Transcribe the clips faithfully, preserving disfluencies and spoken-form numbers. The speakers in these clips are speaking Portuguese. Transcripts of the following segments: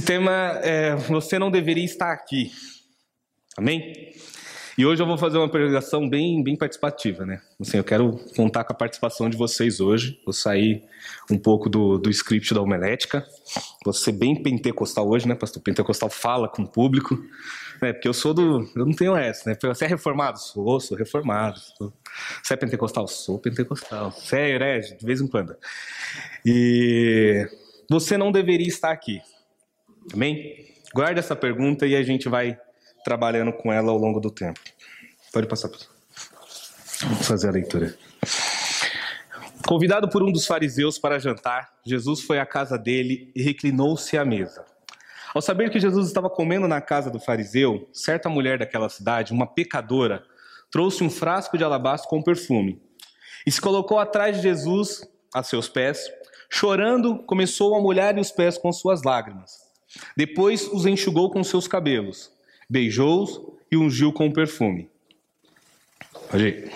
tema é: você não deveria estar aqui. Amém? E hoje eu vou fazer uma pregação bem, bem participativa, né? Assim, eu quero contar com a participação de vocês hoje. Vou sair um pouco do, do script da homilética. Vou ser bem pentecostal hoje, né? Pastor pentecostal fala com o público. Né? Porque eu sou do... Eu não tenho essa, né? Você é reformado? Sou, sou reformado. Sou. Você é pentecostal? Sou pentecostal. Você é herege? De vez em quando. E você não deveria estar aqui. Amém? Guarda essa pergunta e a gente vai trabalhando com ela ao longo do tempo. Pode passar, pessoal. Vamos fazer a leitura. Convidado por um dos fariseus para jantar, Jesus foi à casa dele e reclinou-se à mesa. Ao saber que Jesus estava comendo na casa do fariseu, certa mulher daquela cidade, uma pecadora, trouxe um frasco de alabastro com perfume e se colocou atrás de Jesus, a seus pés. Chorando, começou a molhar-lhe os pés com suas lágrimas. Depois os enxugou com seus cabelos, beijou-os e ungiu com perfume. Pode ir.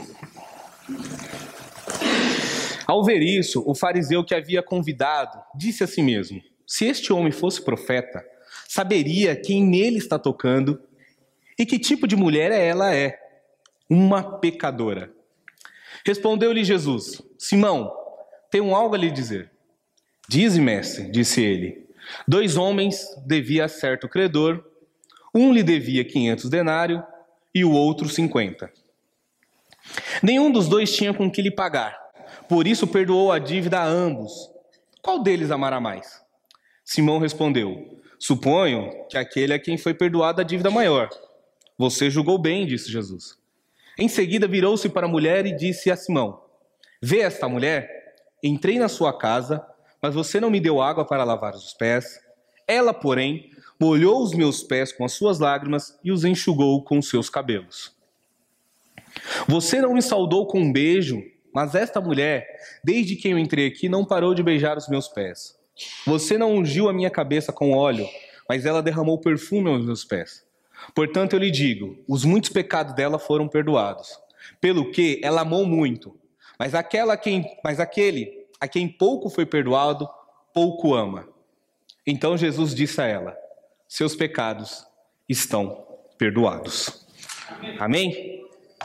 Ao ver isso, o fariseu que havia convidado disse a si mesmo: se este homem fosse profeta, saberia quem nele está tocando e que tipo de mulher ela é, uma pecadora. Respondeu-lhe Jesus: Simão, tenho algo a lhe dizer. Dize, mestre, disse ele. Dois homens devia a certo credor, um lhe devia quinhentos denários e o outro cinquenta. Nenhum dos dois tinha com que lhe pagar, por isso perdoou a dívida a ambos. Qual deles amará mais? Simão respondeu: suponho que aquele a quem foi perdoada a dívida maior. Você julgou bem, disse Jesus. Em seguida virou-se para a mulher e disse a Simão: vê esta mulher? Entrei na sua casa, mas você não me deu água para lavar os pés. Ela, porém, molhou os meus pés com as suas lágrimas e os enxugou com os seus cabelos. Você não me saudou com um beijo, mas esta mulher, desde que eu entrei aqui, não parou de beijar os meus pés. Você não ungiu a minha cabeça com óleo, mas ela derramou perfume aos meus pés. Portanto, eu lhe digo, os muitos pecados dela foram perdoados, pelo que ela amou muito. Mas, aquela a quem, mas aquele a quem pouco foi perdoado, pouco ama. Então Jesus disse a ela: seus pecados estão perdoados. Amém? Amém?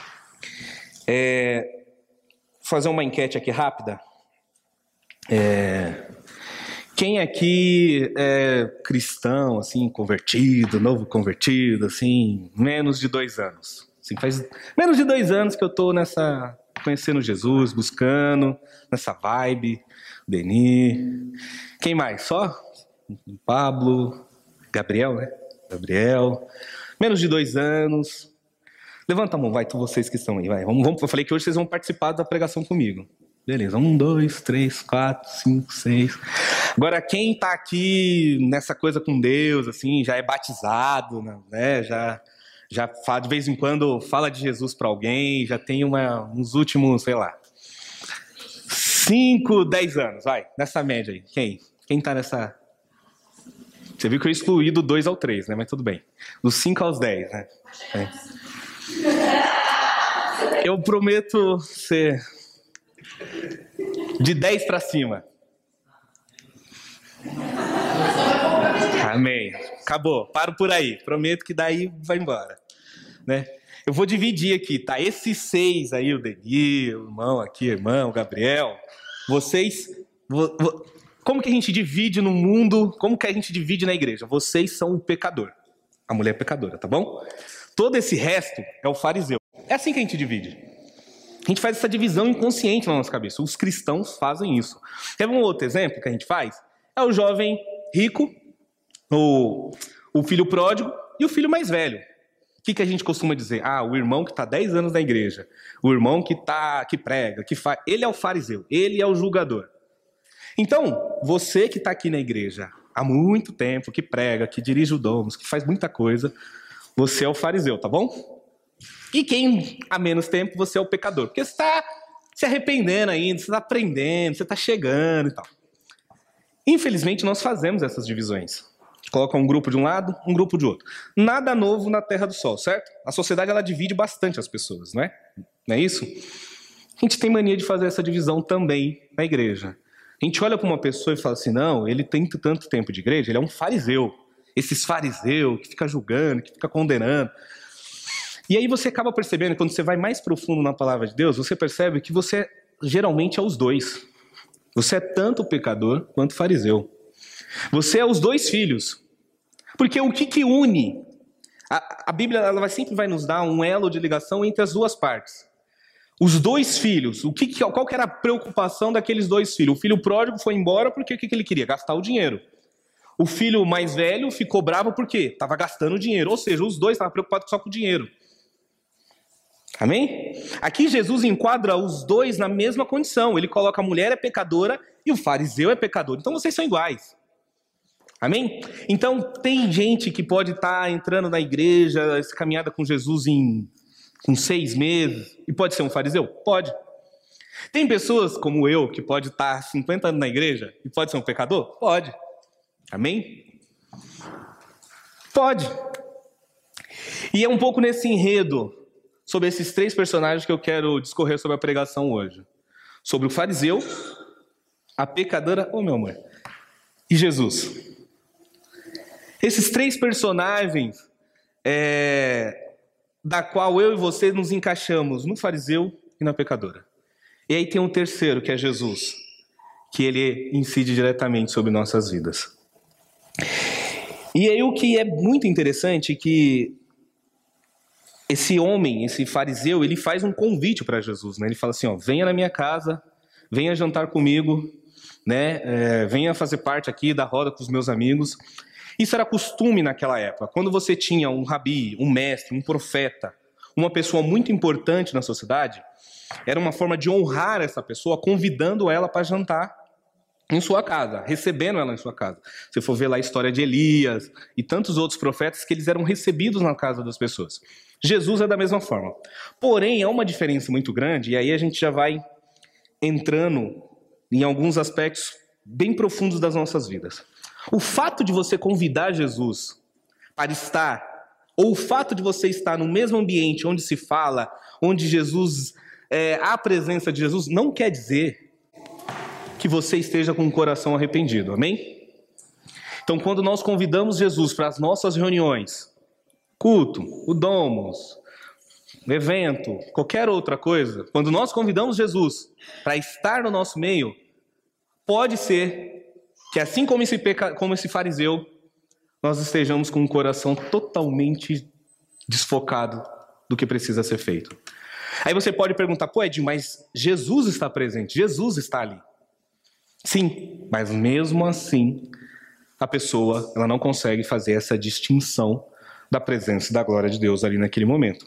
É, vou fazer uma enquete aqui rápida. É, quem aqui é cristão, assim, convertido, novo convertido, assim, menos de dois anos? Assim, faz menos de dois anos que eu estou nessa... conhecendo Jesus, buscando, nessa vibe. Denis. Quem mais? Só? Pablo. Gabriel, né? Gabriel. Menos de dois anos. Levanta a mão, vai, vocês que estão aí, vai. Vamos, vamos, eu falei que hoje vocês vão participar da pregação comigo. Beleza, um, dois, três, quatro, cinco, seis. Agora, quem está aqui nessa coisa com Deus, assim, já é batizado, né? Já... já fala, de vez em quando fala de Jesus para alguém, já tem uma, uns últimos, sei lá, cinco, dez anos, vai, nessa média aí. Quem? Quem tá nessa... Você viu que eu excluí do dois ao três, né? Mas tudo bem. Dos cinco aos dez, né? É. Eu prometo ser de dez para cima. Amém. Acabou. Paro por aí. Prometo que daí vai embora. Né? Eu vou dividir aqui, tá? Esses seis aí, o Denis, o irmão aqui, o irmão, o Gabriel, vocês... Vo, vo, como que a gente divide no mundo? Como que a gente divide na igreja? Vocês são o pecador. A mulher é pecadora, tá bom? Todo esse resto é o fariseu. É assim que a gente divide. A gente faz essa divisão inconsciente na nossa cabeça. Os cristãos fazem isso. Quer ver um outro exemplo que a gente faz? É o jovem rico, o, o filho pródigo e o filho mais velho. O que, que a gente costuma dizer? Ah, o irmão que está dez anos na igreja, o irmão que, tá, que prega, que faz... ele é o fariseu, ele é o julgador. Então, você que está aqui na igreja há muito tempo, que prega, que dirige o Domus, que faz muita coisa, você é o fariseu, tá bom? E quem há menos tempo, você é o pecador, porque você está se arrependendo ainda, você está aprendendo, você está chegando e tal. Infelizmente, nós fazemos essas divisões. Coloca um grupo de um lado, um grupo de outro. Nada novo na Terra do Sol, certo? A sociedade, ela divide bastante as pessoas, não é? Não é isso? A gente tem mania de fazer essa divisão também na igreja. A gente olha para uma pessoa e fala assim, não, ele tem tanto tempo de igreja, ele é um fariseu. esses fariseus que fica julgando, que fica condenando. E aí você acaba percebendo, quando você vai mais profundo na palavra de Deus, você percebe que você geralmente é os dois. Você é tanto pecador quanto fariseu. Você é os dois filhos. Porque o que que une? A, a Bíblia ela vai, sempre vai nos dar um elo de ligação entre as duas partes. Os dois filhos, o que, qual que era a preocupação daqueles dois filhos? O filho pródigo foi embora porque o que, que ele queria? Gastar o dinheiro. O filho mais velho ficou bravo porque estava gastando o dinheiro. Ou seja, os dois estavam preocupados só com o dinheiro. Amém? Aqui Jesus enquadra os dois na mesma condição. Ele coloca a mulher é pecadora e o fariseu é pecador. Então vocês são iguais. Amém? Então tem gente que pode estar entrando na igreja, essa caminhada com Jesus em com seis meses, e pode ser um fariseu? Pode. Tem pessoas como eu, que pode estar cinquenta anos na igreja e pode ser um pecador? Pode. Amém? Pode. E é um pouco nesse enredo, sobre esses três personagens que eu quero discorrer sobre a pregação hoje. Sobre o fariseu, a pecadora, oh meu amor, e Jesus. Esses três personagens, é... da qual eu e você nos encaixamos no fariseu e na pecadora. E aí tem um terceiro, que é Jesus, que ele incide diretamente sobre nossas vidas. E aí o que é muito interessante é que esse homem, esse fariseu, ele faz um convite para Jesus, né? Ele fala assim, ó, venha na minha casa, venha jantar comigo, né? É, venha fazer parte aqui da roda com os meus amigos. Isso era costume naquela época. Quando você tinha um rabi, um mestre, um profeta, uma pessoa muito importante na sociedade, era uma forma de honrar essa pessoa, convidando ela para jantar em sua casa, recebendo ela em sua casa. Se for ver lá a história de Elias e tantos outros profetas, que eles eram recebidos na casa das pessoas. Jesus é da mesma forma. Porém, há uma diferença muito grande, e aí a gente já vai entrando em alguns aspectos bem profundos das nossas vidas. O fato de você convidar Jesus para estar, ou o fato de você estar no mesmo ambiente onde se fala, onde Jesus, é, há a presença de Jesus, não quer dizer que você esteja com o coração arrependido, amém? Então, quando nós convidamos Jesus para as nossas reuniões, culto, o Domos, evento, qualquer outra coisa, quando nós convidamos Jesus para estar no nosso meio, pode ser que assim como esse, peca... como esse fariseu, nós estejamos com o coração totalmente desfocado do que precisa ser feito. Aí você pode perguntar, pô Ed, mas Jesus está presente, Jesus está ali. Sim, mas mesmo assim, a pessoa ela não consegue fazer essa distinção da presença e da glória de Deus ali naquele momento.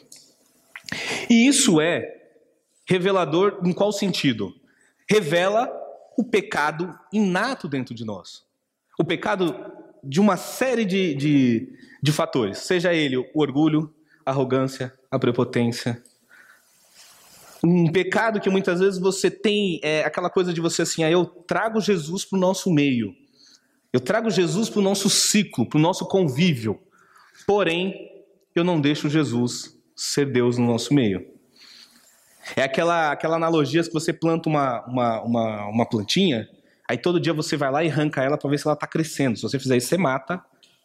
E isso é revelador em qual sentido? Revela o pecado inato dentro de nós. O pecado de uma série de, de, de fatores. Seja ele o orgulho, a arrogância, a prepotência. Um pecado que muitas vezes você tem, é aquela coisa de você assim, ah, eu trago Jesus para o nosso meio. Eu trago Jesus para o nosso ciclo, para o nosso convívio. Porém, eu não deixo Jesus ser Deus no nosso meio. É aquela, aquela analogia que você planta uma, uma, uma, uma plantinha, aí todo dia você vai lá e arranca ela para ver se ela está crescendo. Se você fizer isso, você mata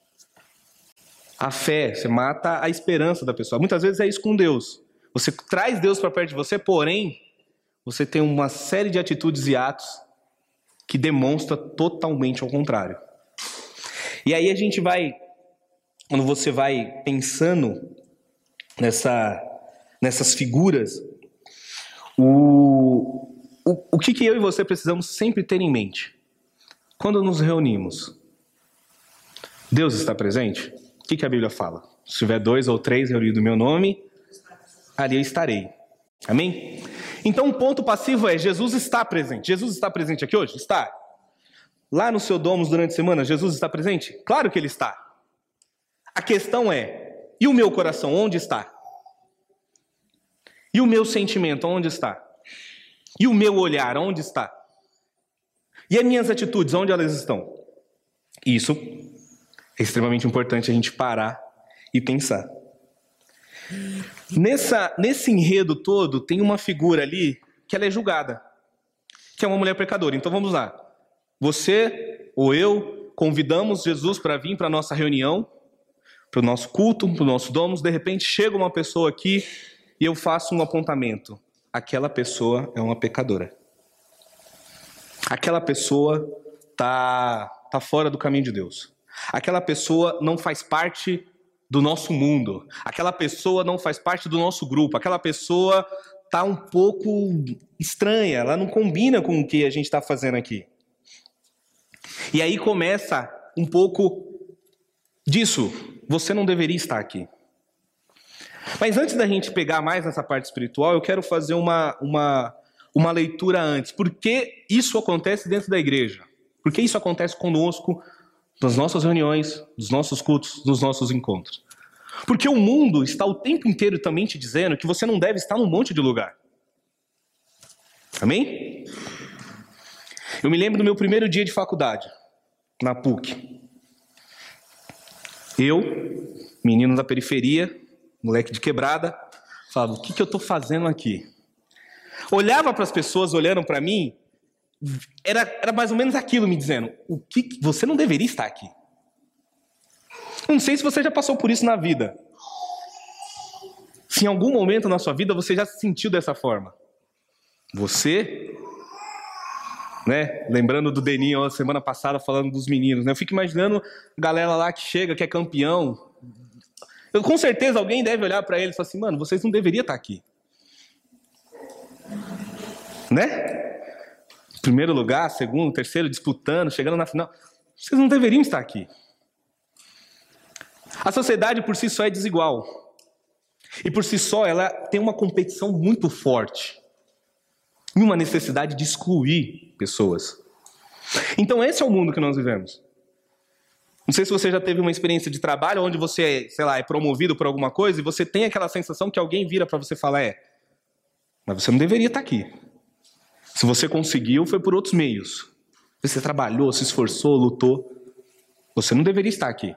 a fé, você mata a esperança da pessoa. Muitas vezes é isso com Deus. Você traz Deus para perto de você, porém, você tem uma série de atitudes e atos que demonstra totalmente ao contrário. E aí a gente vai, quando você vai pensando nessa, nessas figuras, O, o, o que, que eu e você precisamos sempre ter em mente? Quando nos reunimos, Deus está presente? O que, que a Bíblia fala? Se tiver dois ou três reunidos no meu nome, ali eu estarei. Amém? Então o ponto passivo é, Jesus está presente. Jesus está presente aqui hoje? Está. Lá no seu Domos durante a semana, Jesus está presente? Claro que ele está. A questão é, e o meu coração, onde está? E o meu sentimento, onde está? E o meu olhar, onde está? E as minhas atitudes, onde elas estão? Isso é extremamente importante a gente parar e pensar. Nessa, nesse enredo todo, tem uma figura ali que ela é julgada, que é uma mulher pecadora. Então vamos lá. Você, ou eu, convidamos Jesus para vir para a nossa reunião, para o nosso culto, para o nosso domus. De repente chega uma pessoa aqui e eu faço um apontamento. Aquela pessoa é uma pecadora. Aquela pessoa está tá fora do caminho de Deus. Aquela pessoa não faz parte do nosso mundo. Aquela pessoa não faz parte do nosso grupo. Aquela pessoa está um pouco estranha. Ela não combina com o que a gente está fazendo aqui. E aí começa um pouco disso. Você não deveria estar aqui. Mas antes da gente pegar mais nessa parte espiritual, eu quero fazer uma, uma, uma leitura antes. Por que isso acontece dentro da igreja? Por que isso acontece conosco nas nossas reuniões, nos nossos cultos, nos nossos encontros? Porque o mundo está o tempo inteiro também te dizendo que você não deve estar num monte de lugar. Amém? Eu me lembro do meu primeiro dia de faculdade, na P U C. Eu, menino da periferia, moleque de quebrada, falava, o que, que eu estou fazendo aqui? Olhava para as pessoas olhando para mim, era, era mais ou menos aquilo me dizendo, o que, que você não deveria estar aqui. Não sei se você já passou por isso na vida. Se em algum momento na sua vida você já se sentiu dessa forma. Você, né, lembrando do Deninho semana passada falando dos meninos, né, eu fico imaginando a galera lá que chega, que é campeão. Eu, com certeza alguém deve olhar para eles e falar assim, mano, vocês não deveriam estar aqui. Né? Primeiro lugar, segundo, terceiro, disputando, chegando na final. Vocês não deveriam estar aqui. A sociedade por si só é desigual. E por si só ela tem uma competição muito forte. E uma necessidade de excluir pessoas. Então esse é o mundo que nós vivemos. Não sei se você já teve uma experiência de trabalho onde você, sei lá, é promovido por alguma coisa e você tem aquela sensação que alguém vira para você falar, é, mas você não deveria estar aqui. Se você conseguiu, foi por outros meios. Você trabalhou, se esforçou, lutou. Você não deveria estar aqui.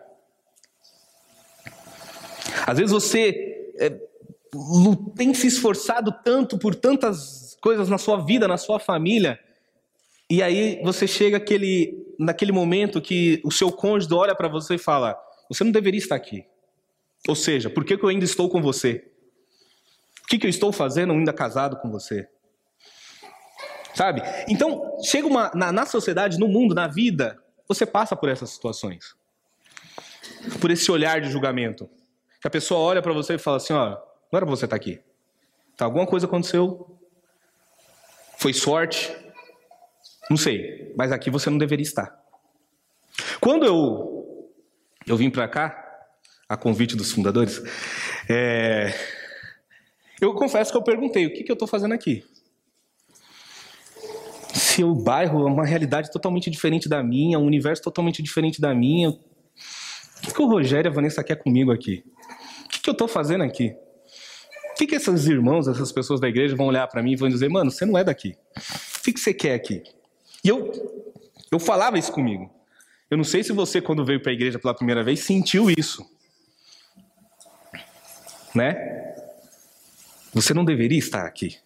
Às vezes você é, tem se esforçado tanto por tantas coisas na sua vida, na sua família, e aí você chega aquele, naquele momento que o seu cônjuge olha para você e fala, você não deveria estar aqui. Ou seja, por que, que eu ainda estou com você? O que, que eu estou fazendo ainda casado com você? Sabe? Então, chega uma, na, na sociedade, no mundo, na vida, você passa por essas situações. Por esse olhar de julgamento. Que a pessoa olha para você e fala assim, ó, não era pra você estar aqui. Tá, alguma coisa aconteceu. Foi sorte. Não sei, mas aqui você não deveria estar. Quando eu, eu vim para cá, a convite dos fundadores, é, eu confesso que eu perguntei, o que, que eu estou fazendo aqui? Se o bairro é uma realidade totalmente diferente da minha, um universo totalmente diferente da minha, o que, que o Rogério e a Vanessa querem comigo aqui? O que, que eu estou fazendo aqui? O que, que esses irmãos, essas pessoas da igreja vão olhar para mim e vão dizer, mano, você não é daqui. O que, que você quer aqui? E eu, eu falava isso comigo. Eu não sei se você, quando veio para a igreja pela primeira vez, sentiu isso. Né? Você não deveria estar aqui.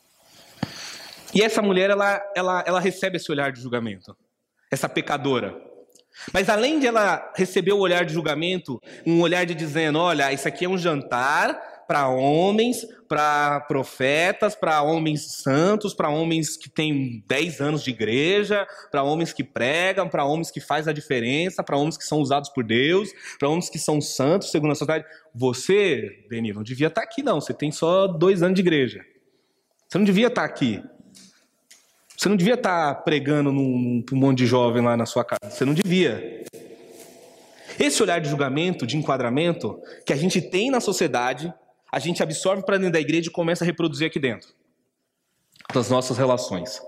E essa mulher, ela, ela, ela recebe esse olhar de julgamento. Essa pecadora. Mas além de ela receber o olhar de julgamento, um olhar de dizendo, olha, isso aqui é um jantar para homens, para profetas, para homens santos, para homens que têm dez anos de igreja, para homens que pregam, para homens que fazem a diferença, para homens que são usados por Deus, para homens que são santos, segundo a sociedade. Você, Denis, não devia estar aqui não, você tem só dois anos de igreja. Você não devia estar aqui. Você não devia estar pregando num, num monte de jovem lá na sua casa, você não devia. Esse olhar de julgamento, de enquadramento, que a gente tem na sociedade, a gente absorve para dentro da igreja e começa a reproduzir aqui dentro. Das nossas relações.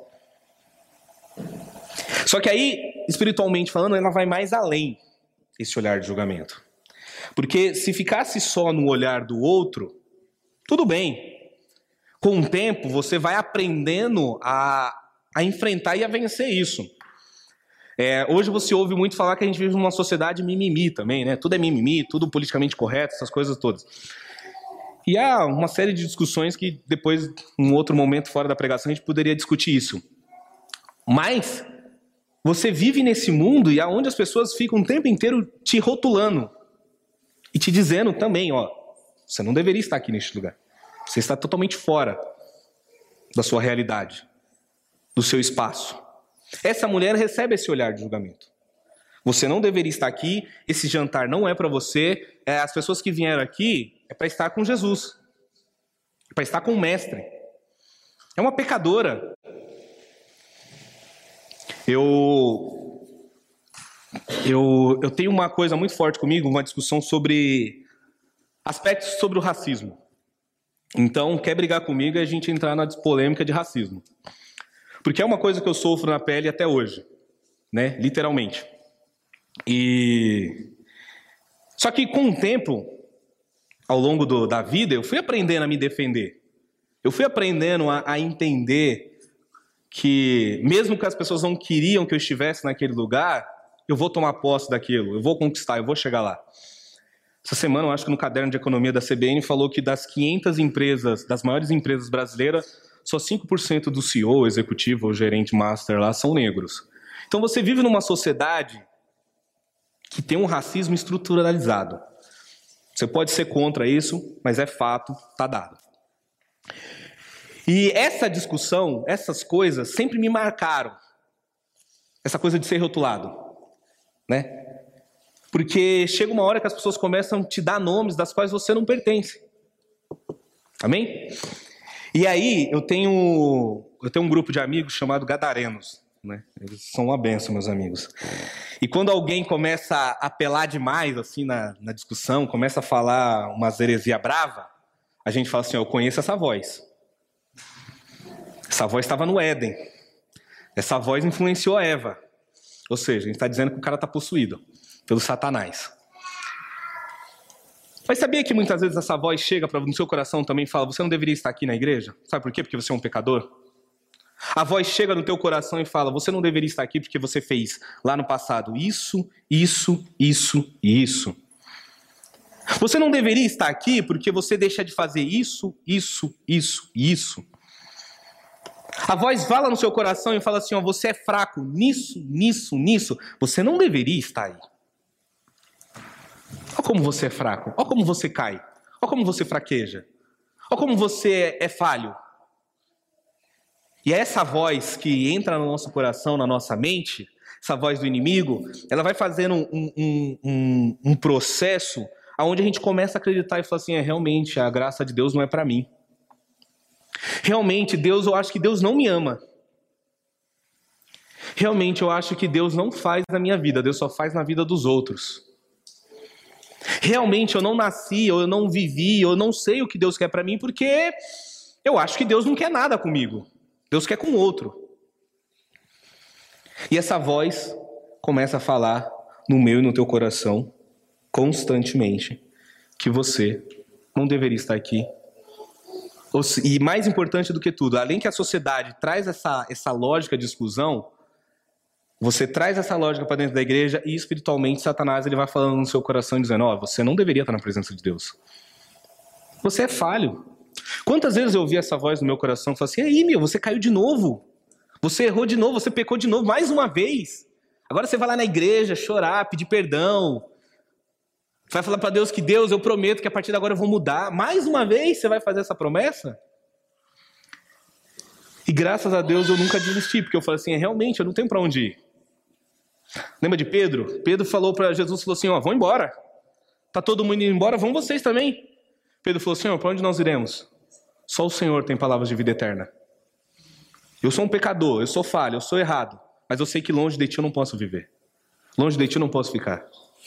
Só que aí, espiritualmente falando, ela vai mais além, esse olhar de julgamento. Porque se ficasse só no olhar do outro, tudo bem. Com o tempo, você vai aprendendo a, a enfrentar e a vencer isso. É, hoje você ouve muito falar que a gente vive numa sociedade mimimi também, né? Tudo é mimimi, tudo politicamente correto, essas coisas todas. E há uma série de discussões que depois, em um outro momento fora da pregação, a gente poderia discutir isso. Mas Você vive nesse mundo e aonde as pessoas ficam o tempo inteiro te rotulando e te dizendo também, ó, você não deveria estar aqui neste lugar. Você está totalmente fora da sua realidade, do seu espaço. Essa mulher recebe esse olhar de julgamento. Você não deveria estar aqui, esse jantar não é para você, é, as pessoas que vieram aqui é para estar com Jesus, é para estar com o Mestre. É uma pecadora. Eu, eu, eu tenho uma coisa muito forte comigo, uma discussão sobre aspectos sobre o racismo. Então, quer brigar comigo é a gente entrar na polêmica de racismo. Porque é uma coisa que eu sofro na pele até hoje, né? Literalmente. E só que com o tempo, ao longo do, da vida, eu fui aprendendo a me defender. Eu fui aprendendo a, a entender que mesmo que as pessoas não queriam que eu estivesse naquele lugar, eu vou tomar posse daquilo, eu vou conquistar, eu vou chegar lá. Essa semana, eu acho que no caderno de economia da C B N falou que das quinhentas empresas, das maiores empresas brasileiras, só cinco por cento do C E O, executivo ou gerente master lá são negros. Então você vive numa sociedade que tem um racismo estruturalizado. Você pode ser contra isso, mas é fato, tá dado. E essa discussão, essas coisas, sempre me marcaram. Essa coisa de ser rotulado, né? Porque chega uma hora que as pessoas começam a te dar nomes das quais você não pertence. Amém? E aí, eu tenho, eu tenho um grupo de amigos chamado Gadarenos, né? Eles são uma benção, meus amigos. E quando alguém começa a apelar demais, assim, na, na discussão, começa a falar uma heresia brava, a gente fala assim, ó, eu conheço essa voz. Essa voz estava no Éden. Essa voz influenciou a Eva. Ou seja, a gente está dizendo que o cara está possuído pelo Satanás. Mas sabia que muitas vezes essa voz chega pra, no seu coração também e fala, você não deveria estar aqui na igreja? Sabe por quê? Porque você é um pecador. A voz chega no teu coração e fala, você não deveria estar aqui porque você fez lá no passado isso, isso, isso e isso. Você não deveria estar aqui porque você deixa de fazer isso, isso, isso e isso. A voz fala no seu coração e fala assim, ó, você é fraco nisso, nisso, nisso. Você não deveria estar aí. Olha como você é fraco. Olha como você cai. Olha como você fraqueja. Olha como você é falho. E é essa voz que entra no nosso coração, na nossa mente, essa voz do inimigo, ela vai fazendo um, um, um, um processo onde a gente começa a acreditar e falar assim, é, realmente, a graça de Deus não é para mim. Realmente, Deus, eu acho que Deus não me ama. Realmente, eu acho que Deus não faz na minha vida, Deus só faz na vida dos outros. Realmente, eu não nasci, ou eu não vivi, ou eu não sei o que Deus quer para mim, porque eu acho que Deus não quer nada comigo. Deus quer com outro. E essa voz começa a falar no meu e no teu coração, constantemente, que você não deveria estar aqui. E mais importante do que tudo, além que a sociedade traz essa, essa lógica de exclusão, você traz essa lógica para dentro da igreja e espiritualmente Satanás ele vai falando no seu coração dizendo, ó, oh, você não deveria estar na presença de Deus. Você é falho. Quantas vezes eu ouvi essa voz no meu coração e falei assim, aí meu, você caiu de novo. Você errou de novo, você pecou de novo, mais uma vez. Agora você vai lá na igreja chorar, pedir perdão. Vai falar para Deus que Deus, eu prometo que a partir de agora eu vou mudar. Mais uma vez você vai fazer essa promessa? E graças a Deus eu nunca desisti, porque eu falei assim, realmente eu não tenho para onde ir. Lembra de Pedro? Pedro falou para Jesus, falou assim, ó, vão embora. Tá todo mundo indo embora, vão vocês também. Pedro falou, Senhor, para onde nós iremos? Só o Senhor tem palavras de vida eterna. Eu sou um pecador, eu sou falho, eu sou errado. Mas eu sei que longe de ti eu não posso viver. Longe de ti eu não posso ficar.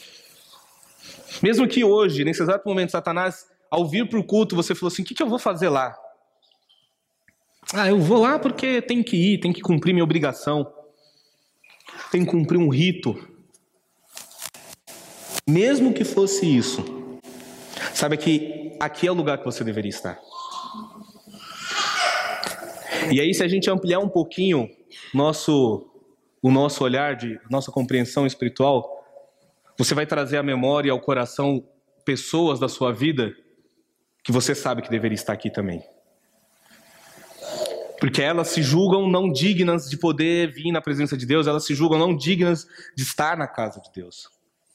Mesmo que hoje, nesse exato momento, Satanás, ao vir para o culto, você falou assim, o que, que eu vou fazer lá? Ah, eu vou lá porque tem que ir, tem que cumprir minha obrigação. Tem que cumprir um rito. Mesmo que fosse isso, saiba que aqui é o lugar que você deveria estar. E aí, se a gente ampliar um pouquinho nosso, o nosso olhar, de nossa compreensão espiritual, você vai trazer à memória e ao coração pessoas da sua vida que você sabe que deveria estar aqui também. Porque elas se julgam não dignas de poder vir na presença de Deus, elas se julgam não dignas de estar na casa de Deus.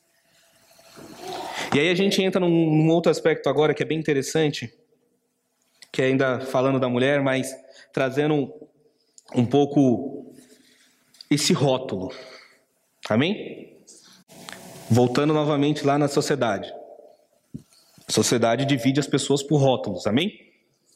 E aí a gente entra num, num outro aspecto agora que é bem interessante, que é ainda falando da mulher, mas trazendo um, um pouco esse rótulo. Amém? Voltando novamente lá na sociedade. A sociedade divide as pessoas por rótulos, amém?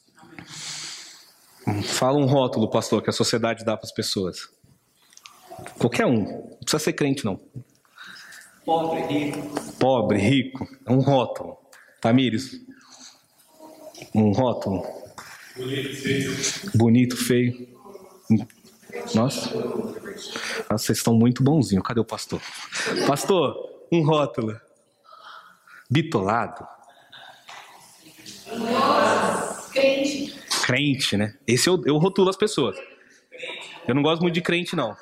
Fala um rótulo, pastor, que a sociedade dá para as pessoas. Qualquer um, não precisa ser crente, não. Pobre, rico. Pobre, rico, é um rótulo. Tamires, um rótulo. Bonito, feio. Bonito, feio. Nossa. Nossa, vocês estão muito bonzinhos. Cadê o pastor? Pastor, um rótulo. Bitolado. Crente. Crente, né? Esse eu, eu rotulo as pessoas. Eu não gosto muito de crente, não.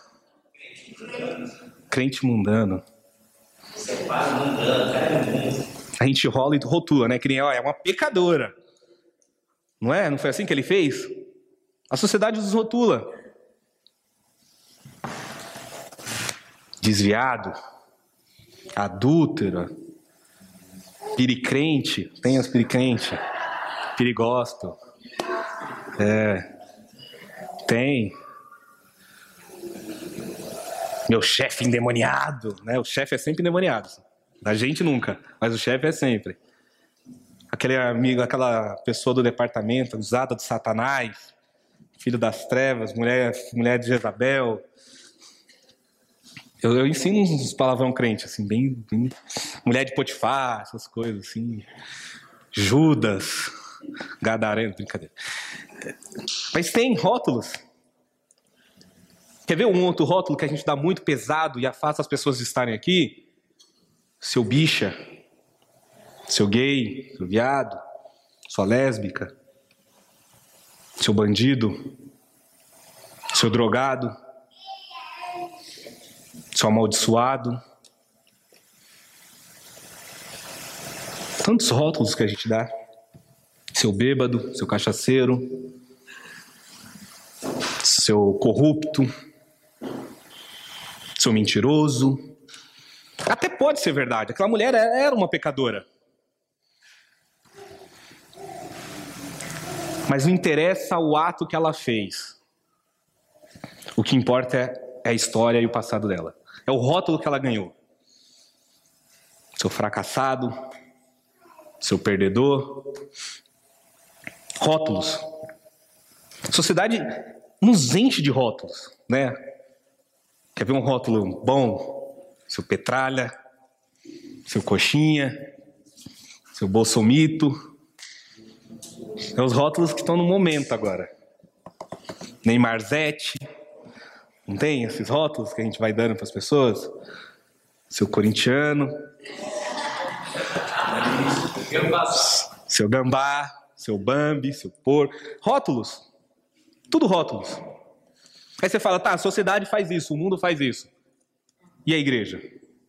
Crente mundano. A gente rola e rotula, né? Que nem, ó, é uma pecadora. Não é? Não foi assim que ele fez? A sociedade os rotula. Desviado. Adúltera. Piricrente. Tem as piricrente. Perigosto. É. Tem. Meu chefe endemoniado, né? O chefe é sempre endemoniado. A gente nunca, mas o chefe é sempre. Aquele amigo, aquela pessoa do departamento, usada de Satanás, filho das trevas, mulher, mulher de Jezabel. Eu, eu ensino uns palavrão crente, assim, bem, bem... Mulher de Potifar, essas coisas, assim. Judas, Gadareno, brincadeira. Mas tem rótulos. Quer ver um outro rótulo que a gente dá muito pesado e afasta as pessoas de estarem aqui? Seu bicha, seu gay, seu viado, sua lésbica, seu bandido, seu drogado, seu amaldiçoado. Tantos rótulos que a gente dá. Seu bêbado, seu cachaceiro, seu corrupto, seu mentiroso. Até pode ser verdade. Aquela mulher era uma pecadora. Mas não interessa o ato que ela fez. O que importa é a história e o passado dela. É o rótulo que ela ganhou. Seu fracassado, seu perdedor. Rótulos. A sociedade nos enche de rótulos, né? Quer ver um rótulo bom? Seu petralha, seu coxinha, seu bolsomito. É os rótulos que estão no momento agora. Neymarzete. Não tem esses rótulos que a gente vai dando para as pessoas? Seu corintiano. Seu gambá, seu bambi, seu porco. Rótulos. Tudo rótulos. Aí você fala, tá, a sociedade faz isso, o mundo faz isso. E a igreja?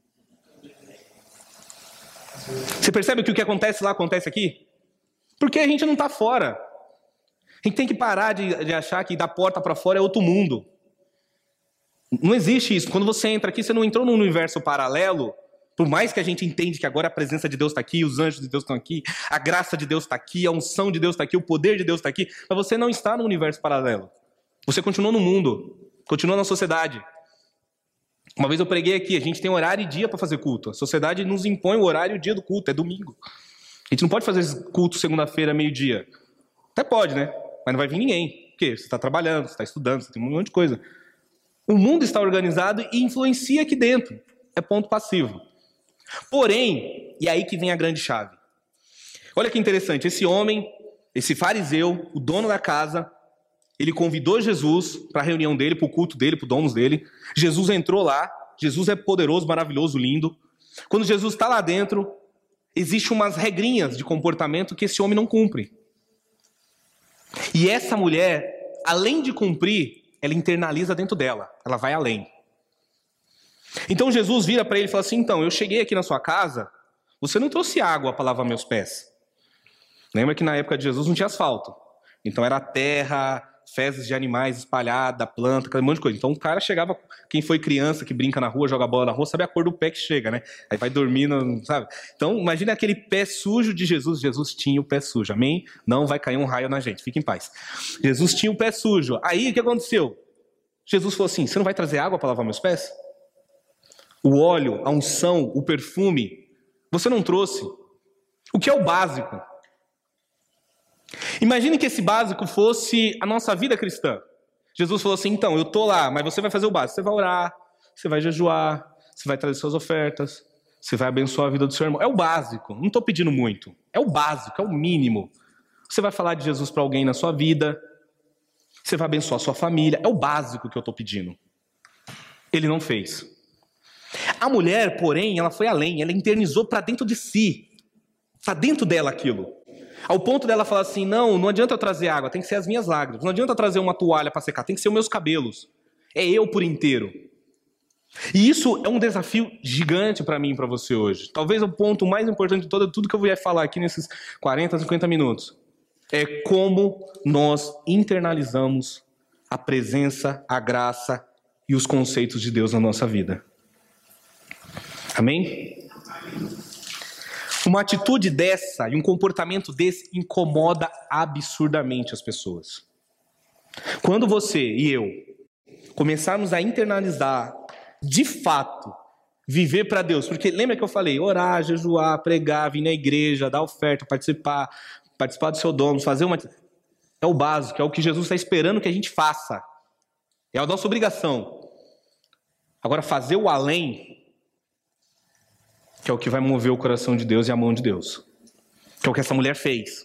Você percebe que o que acontece lá acontece aqui? Porque a gente não está fora. A gente tem que parar de, de achar que da porta para fora é outro mundo. Não existe isso. Quando você entra aqui, você não entrou num universo paralelo. Por mais que a gente entende que agora a presença de Deus está aqui, os anjos de Deus estão aqui, a graça de Deus está aqui, a unção de Deus está aqui, o poder de Deus está aqui, mas você não está no universo paralelo. Você continua no mundo, continua na sociedade. Uma vez eu preguei aqui, a gente tem horário e dia para fazer culto. A sociedade nos impõe o horário e o dia do culto, é domingo. A gente não pode fazer culto segunda-feira, meio-dia. Até pode, né? Mas não vai vir ninguém. Por quê? Você está trabalhando, você está estudando, você tem um monte de coisa. O mundo está organizado e influencia aqui dentro. É ponto passivo. Porém, e aí que vem a grande chave. Olha que interessante, esse homem, esse fariseu, o dono da casa, ele convidou Jesus para a reunião dele, para o culto dele, para o domus dele. Jesus entrou lá, Jesus é poderoso, maravilhoso, lindo. Quando Jesus está lá dentro, existem umas regrinhas de comportamento que esse homem não cumpre. E essa mulher, além de cumprir, ela internaliza dentro dela, ela vai além. Então Jesus vira para ele e fala assim, então, eu cheguei aqui na sua casa, você não trouxe água para lavar meus pés. Lembra que na época de Jesus não tinha asfalto. Então era terra, fezes de animais espalhada, planta, aquele monte de coisa. Então o cara chegava, quem foi criança que brinca na rua, joga bola na rua, sabe a cor do pé que chega, né? Aí vai dormindo, sabe? Então imagina aquele pé sujo de Jesus. Jesus tinha o pé sujo, amém? Não vai cair um raio na gente, fique em paz. Jesus tinha o pé sujo. Aí o que aconteceu? Jesus falou assim, você não vai trazer água para lavar meus pés? O óleo, a unção, o perfume, você não trouxe. O que é o básico? Imagine que esse básico fosse a nossa vida cristã. Jesus falou assim, então, eu estou lá, mas você vai fazer o básico. Você vai orar, você vai jejuar, você vai trazer suas ofertas, você vai abençoar a vida do seu irmão. É o básico, não estou pedindo muito. É o básico, é o mínimo. Você vai falar de Jesus para alguém na sua vida, você vai abençoar a sua família. É o básico que eu estou pedindo. Ele não fez. A mulher, porém, ela foi além, ela internizou para dentro de si. Está dentro dela aquilo. Ao ponto dela falar assim, não, não adianta eu trazer água, tem que ser as minhas lágrimas. Não adianta eu trazer uma toalha para secar, tem que ser os meus cabelos. É eu por inteiro. E isso é um desafio gigante para mim e para você hoje. Talvez o ponto mais importante de todo, tudo que eu vou falar aqui nesses quarenta, cinquenta minutos. É como nós internalizamos a presença, a graça e os conceitos de Deus na nossa vida. Amém? Uma atitude dessa e um comportamento desse incomoda absurdamente as pessoas. Quando você e eu começarmos a internalizar, de fato, viver para Deus, porque lembra que eu falei, orar, jejuar, pregar, vir na igreja, dar oferta, participar, participar do seu dom, fazer uma... É o básico, é o que Jesus está esperando que a gente faça. É a nossa obrigação. Agora, fazer o além... que é o que vai mover o coração de Deus e a mão de Deus. Que é o que essa mulher fez.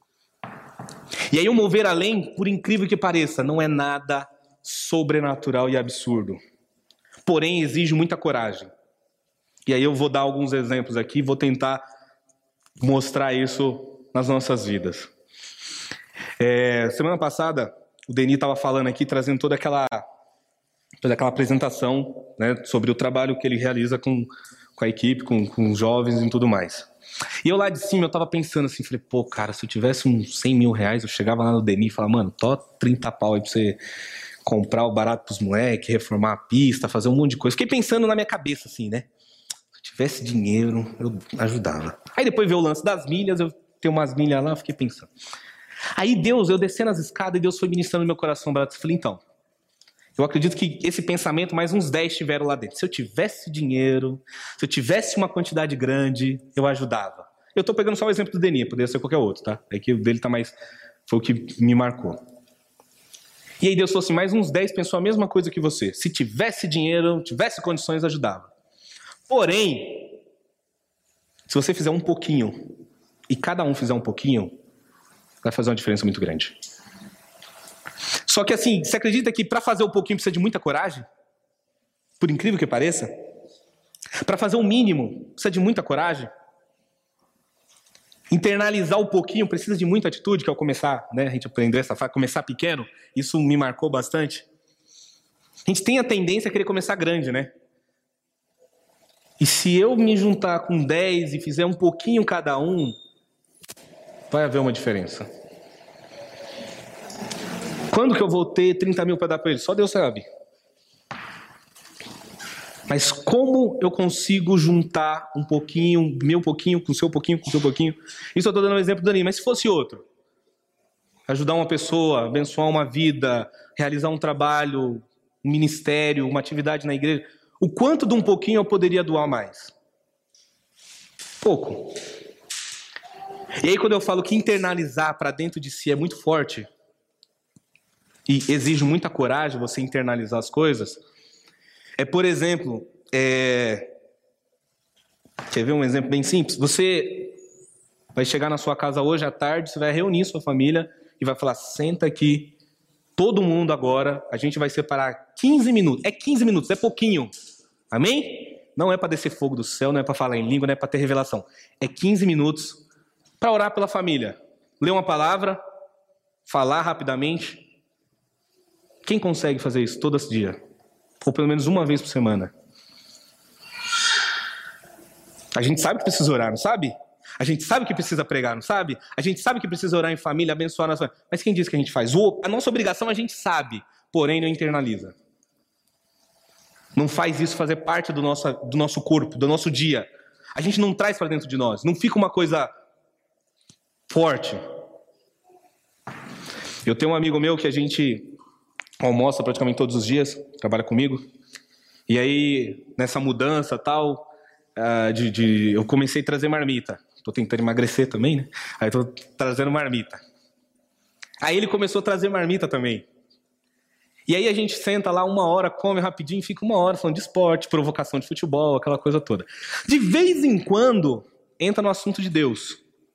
E aí o mover além, por incrível que pareça, não é nada sobrenatural e absurdo. Porém, exige muita coragem. E aí eu vou dar alguns exemplos aqui, vou tentar mostrar isso nas nossas vidas. É, semana passada, o Denis estava falando aqui, trazendo toda aquela, toda aquela apresentação, né, sobre o trabalho que ele realiza com... com a equipe, com, com os jovens e tudo mais. E eu lá de cima, eu tava pensando assim, falei, pô, cara, se eu tivesse uns cem mil reais, eu chegava lá no Denis e falava, mano, tô trinta pau aí pra você comprar o barato pros moleques, reformar a pista, fazer um monte de coisa. Fiquei pensando na minha cabeça assim, né? Se eu tivesse dinheiro, eu ajudava. Aí depois veio o lance das milhas, eu tenho umas milhas lá, eu fiquei pensando. Aí Deus, eu descendo as escadas e Deus foi ministrando no meu coração barato. Eu falei, então, eu acredito que esse pensamento, mais uns dez tiveram lá dentro. Se eu tivesse dinheiro, se eu tivesse uma quantidade grande, eu ajudava. Eu estou pegando só o exemplo do Denis, poderia ser qualquer outro, tá? É que o dele tá mais... foi o que me marcou. E aí Deus falou assim, mais uns dez pensou a mesma coisa que você. Se tivesse dinheiro, tivesse condições, ajudava. Porém, se você fizer um pouquinho, e cada um fizer um pouquinho, vai fazer uma diferença muito grande. Só que assim, você acredita que para fazer um pouquinho precisa de muita coragem? Por incrível que pareça? Para fazer o mínimo, precisa de muita coragem? Internalizar um pouquinho precisa de muita atitude, que ao começar, né, a gente aprendeu essa fase, começar pequeno, isso me marcou bastante. A gente tem a tendência a querer começar grande, né? E se eu me juntar com dez e fizer um pouquinho cada um, vai haver uma diferença. Quando que eu vou ter trinta mil para dar para ele? Só Deus sabe. Mas como eu consigo juntar um pouquinho, meu pouquinho, com o seu pouquinho, com o seu pouquinho? Isso eu estou dando um exemplo do Dani, mas se fosse outro? Ajudar uma pessoa, abençoar uma vida, realizar um trabalho, um ministério, uma atividade na igreja. O quanto de um pouquinho eu poderia doar mais? Pouco. E aí quando eu falo que internalizar para dentro de si é muito forte, e exige muita coragem você internalizar as coisas, é, por exemplo, é... quer ver um exemplo bem simples? Você vai chegar na sua casa hoje à tarde, você vai reunir sua família e vai falar, senta aqui, todo mundo agora, a gente vai separar quinze minutos. É quinze minutos, é pouquinho. Amém? Não é para descer fogo do céu, não é para falar em língua, não é para ter revelação. É quinze minutos para orar pela família. Ler uma palavra, falar rapidamente. Quem consegue fazer isso todo esse dia? Ou pelo menos uma vez por semana? A gente sabe que precisa orar, não sabe? A gente sabe que precisa pregar, não sabe? A gente sabe que precisa orar em família, abençoar a nossa... Mas quem diz que a gente faz? O... A nossa obrigação a gente sabe, porém não internaliza. Não faz isso fazer parte do nosso, do nosso corpo, do nosso dia. A gente não traz para dentro de nós. Não fica uma coisa forte. Eu tenho um amigo meu que a gente almoça praticamente todos os dias, trabalha comigo. E aí, nessa mudança tal, uh, de, de, eu comecei a trazer marmita. Estou tentando emagrecer também, né? Aí estou trazendo marmita. Aí ele começou a trazer marmita também. E aí a gente senta lá uma hora, come rapidinho, fica uma hora falando de esporte, provocação de futebol, aquela coisa toda. De vez em quando, entra no assunto de Deus.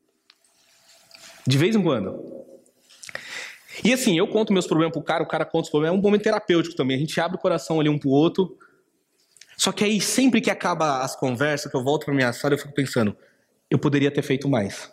De vez em quando. E assim, eu conto meus problemas pro cara, o cara conta os problemas, é um momento terapêutico também. A gente abre o coração ali um pro outro. Só que aí, sempre que acaba as conversas, que eu volto pra minha sala, eu fico pensando, eu poderia ter feito mais.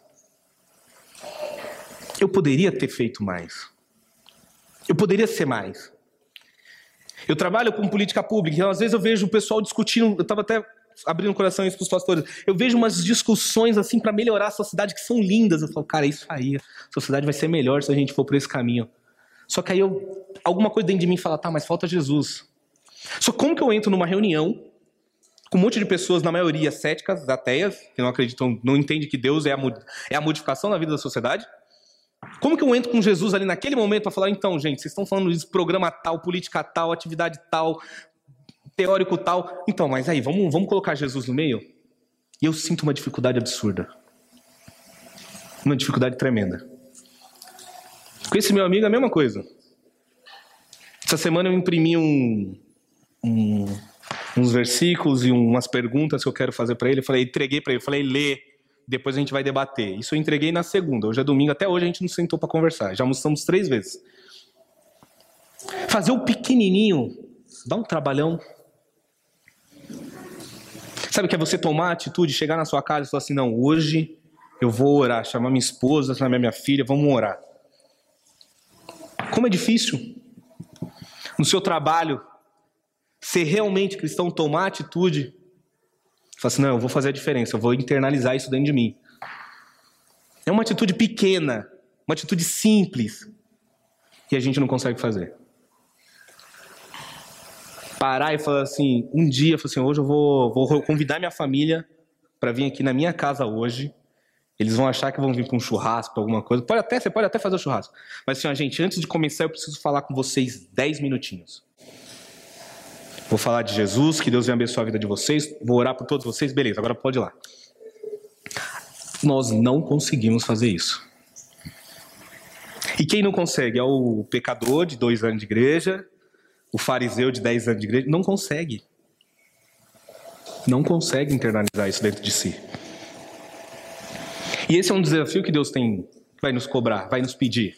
Eu poderia ter feito mais. Eu poderia ser mais. Eu trabalho com política pública, então às vezes eu vejo o pessoal discutindo, eu estava até abrindo o coração isso para os pastores, eu vejo umas discussões assim para melhorar a sociedade que são lindas. Eu falo, cara, isso aí, a sociedade vai ser melhor se a gente for por esse caminho. Só que aí eu, alguma coisa dentro de mim fala, tá, mas falta Jesus. Só como que eu entro numa reunião com um monte de pessoas, na maioria céticas, ateias, que não acreditam, não entendem que Deus é a, é a modificação na vida da sociedade? Como que eu entro com Jesus ali naquele momento para falar, então, gente, vocês estão falando disso, programa tal, política tal, atividade tal, teórico tal. Então, mas aí, vamos, vamos colocar Jesus no meio? E eu sinto uma dificuldade absurda. Uma dificuldade tremenda. Com esse meu amigo é a mesma coisa. Essa semana eu imprimi um, um, uns versículos e umas perguntas que eu quero fazer para ele. Eu falei, entreguei para ele, eu falei, lê. Depois a gente vai debater. Isso eu entreguei na segunda. Hoje é domingo. Até hoje a gente não sentou para conversar. Já almoçamos três vezes. Fazer o pequenininho dá um trabalhão. Sabe o que é você tomar a atitude, chegar na sua casa e falar assim, não, hoje eu vou orar. Chamar minha esposa, chamar minha filha, vamos orar. Como é difícil. No seu trabalho, ser realmente cristão, tomar a atitude... Fala assim, não, eu vou fazer a diferença, eu vou internalizar isso dentro de mim. É uma atitude pequena, uma atitude simples, e a gente não consegue fazer. Parar e falar assim, um dia, falar assim, hoje eu vou, vou convidar minha família para vir aqui na minha casa hoje. Eles vão achar que vão vir para um churrasco, para alguma coisa. Pode até, você pode até fazer o churrasco. Mas assim, ó, gente, antes de começar, eu preciso falar com vocês dez minutinhos. Vou falar de Jesus, que Deus venha abençoar a vida de vocês. Vou orar por todos vocês. Beleza, agora pode ir lá. Nós não conseguimos fazer isso. E quem não consegue é o pecador de dois anos de igreja, o fariseu de dez anos de igreja. Não consegue. Não consegue internalizar isso dentro de si. E esse é um desafio que Deus tem, vai nos cobrar, vai nos pedir.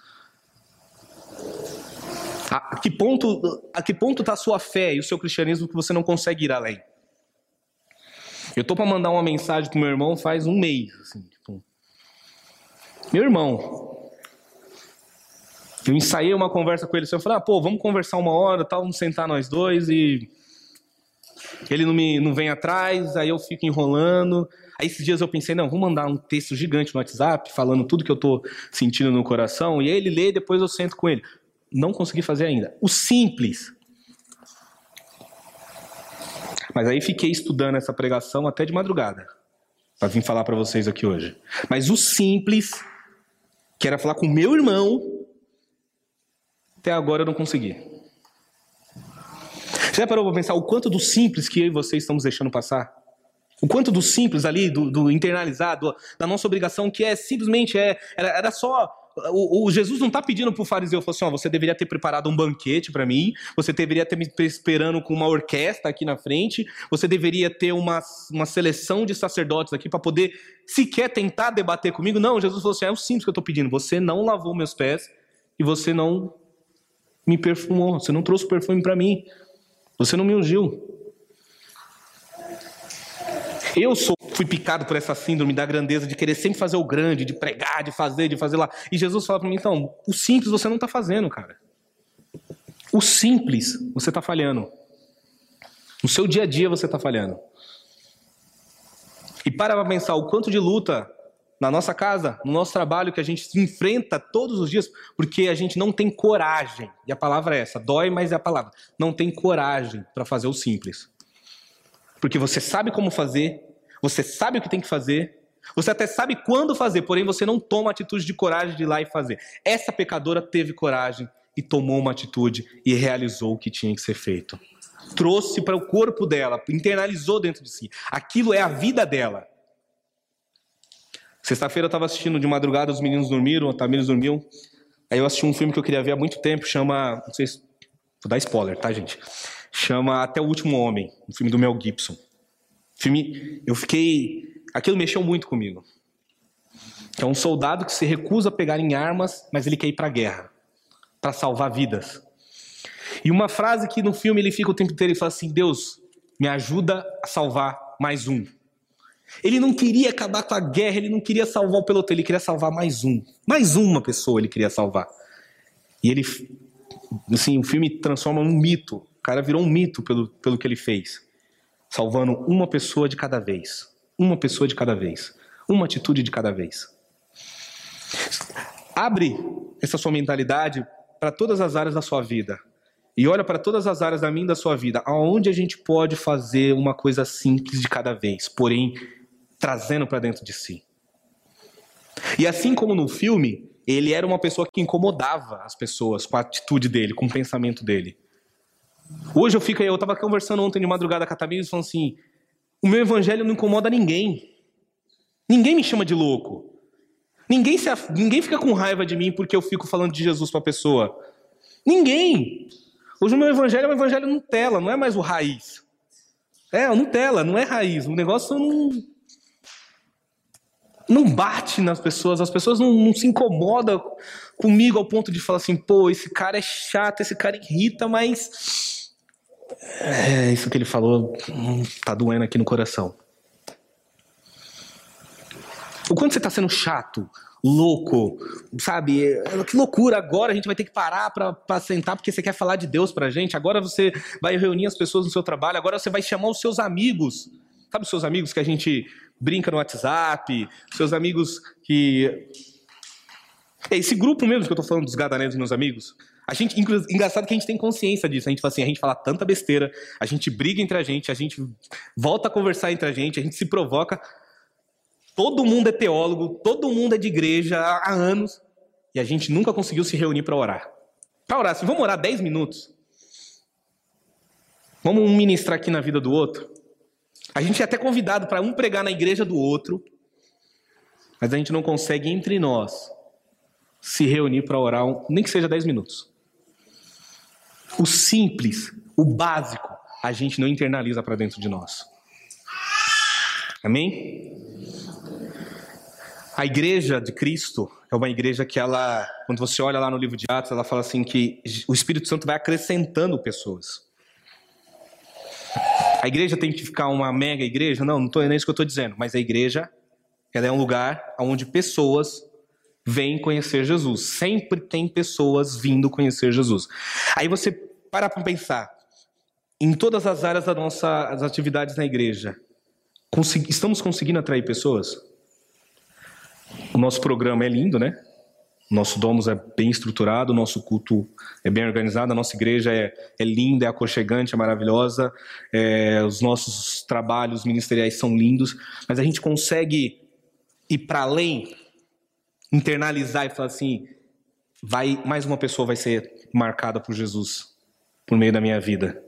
A que ponto a que ponto está a sua fé e o seu cristianismo que você não consegue ir além? Eu tô para mandar uma mensagem pro meu irmão faz um mês, assim, tipo, meu irmão, eu ensaiei uma conversa com ele, eu falei, ah, pô, vamos conversar uma hora, tal, vamos sentar nós dois, e ele não me não vem atrás, aí eu fico enrolando. Aí esses dias eu pensei, não, vou mandar um texto gigante no WhatsApp falando tudo que eu tô sentindo no coração, e aí ele lê e depois eu sento com ele. Não consegui fazer ainda. O simples. Mas aí fiquei estudando essa pregação até de madrugada, para vir falar para vocês aqui hoje. Mas o simples, que era falar com o meu irmão, até agora eu não consegui. Você já parou para pensar o quanto do simples que eu e vocês estamos deixando passar? O quanto do simples ali, do, do internalizado, da nossa obrigação, que é simplesmente, é, era, era só... O, o Jesus não está pedindo para o fariseu, falou assim, ó, você deveria ter preparado um banquete para mim, você deveria ter me esperando com uma orquestra aqui na frente, você deveria ter uma, uma seleção de sacerdotes aqui para poder sequer tentar debater comigo. Não, Jesus falou assim, é o simples que eu estou pedindo, você não lavou meus pés e você não me perfumou, você não trouxe perfume para mim, você não me ungiu. Eu sou, fui picado por essa síndrome da grandeza, de querer sempre fazer o grande, de pregar, de fazer, de fazer lá. E Jesus fala para mim, então, o simples você não está fazendo, cara. O simples você está falhando. No seu dia a dia você está falhando. E para pra pensar o quanto de luta na nossa casa, no nosso trabalho, que a gente se enfrenta todos os dias, porque a gente não tem coragem. E a palavra é essa, dói, mas é a palavra. Não tem coragem para fazer o simples. Porque você sabe como fazer, você sabe o que tem que fazer, você até sabe quando fazer, porém você não toma a atitude de coragem de ir lá e fazer. Essa pecadora teve coragem e tomou uma atitude e realizou o que tinha que ser feito. Trouxe para o corpo dela, internalizou dentro de si. Aquilo é a vida dela. Sexta-feira eu estava assistindo de madrugada, os meninos dormiram, os meninos dormiam. Aí eu assisti um filme que eu queria ver há muito tempo, chama... Não sei se... Vou dar spoiler, tá, gente? Chama Até o Último Homem, um filme do Mel Gibson. Filme... Eu fiquei... Aquilo mexeu muito comigo. É um soldado que se recusa a pegar em armas, mas ele quer ir para a guerra, para salvar vidas. E uma frase que no filme ele fica o tempo inteiro e fala assim: Deus, me ajuda a salvar mais um. Ele não queria acabar com a guerra, ele não queria salvar o pelotão, ele queria salvar mais um. Mais uma pessoa ele queria salvar. E ele, assim, o filme transforma num mito. O cara virou um mito pelo, pelo que ele fez. Salvando uma pessoa de cada vez. Uma pessoa de cada vez. Uma atitude de cada vez. Abre essa sua mentalidade para todas as áreas da sua vida. E olha para todas as áreas da minha e da sua vida. Aonde a gente pode fazer uma coisa simples de cada vez, porém trazendo para dentro de si. E assim como no filme, ele era uma pessoa que incomodava as pessoas com a atitude dele, com o pensamento dele. Hoje eu fico aí, eu estava conversando ontem de madrugada com a Tamires, falando assim: o meu evangelho não incomoda ninguém. Ninguém me chama de louco. Ninguém, se, ninguém fica com raiva de mim porque eu fico falando de Jesus para a pessoa. Ninguém. Hoje o meu evangelho é um evangelho Nutella, não é mais o raiz. É, o Nutella, não é raiz. O negócio não, não bate nas pessoas, as pessoas não, não se incomodam comigo ao ponto de falar assim: pô, esse cara é chato, esse cara irrita, mas... É, isso que ele falou hum, tá doendo aqui no coração. O quanto você está sendo chato, louco, sabe? Que loucura, agora a gente vai ter que parar para sentar porque você quer falar de Deus pra gente. Agora você vai reunir as pessoas no seu trabalho, agora você vai chamar os seus amigos. Sabe os seus amigos que a gente brinca no WhatsApp? Seus amigos que... É esse grupo mesmo que eu tô falando dos gadanetos, meus amigos. A gente, engraçado que a gente tem consciência disso. A gente fala assim, a gente fala tanta besteira, a gente briga entre a gente, a gente volta a conversar entre a gente, a gente se provoca... Todo mundo é teólogo, todo mundo é de igreja há anos, e a gente nunca conseguiu se reunir para orar. Para orar, assim, vamos orar dez minutos? Vamos um ministrar aqui na vida do outro? A gente é até convidado para um pregar na igreja do outro, mas a gente não consegue entre nós se reunir para orar, nem que seja dez minutos. O simples, o básico, a gente não internaliza para dentro de nós. Amém? A igreja de Cristo é uma igreja que ela, quando você olha lá no livro de Atos, ela fala assim que o Espírito Santo vai acrescentando pessoas. A igreja tem que ficar uma mega igreja? Não, não tô, não é isso que eu estou dizendo. Mas a igreja, ela é um lugar onde pessoas vêm conhecer Jesus. Sempre tem pessoas vindo conhecer Jesus. Aí você para para pensar, em todas as áreas das nossas atividades na igreja, consegui, estamos conseguindo atrair pessoas? O nosso programa é lindo, né? O nosso Domus é bem estruturado, o nosso culto é bem organizado, a nossa igreja é, é linda, é aconchegante, é maravilhosa, é, os nossos trabalhos ministeriais são lindos, mas a gente consegue ir para além, internalizar e falar assim: vai, mais uma pessoa vai ser marcada por Jesus por meio da minha vida.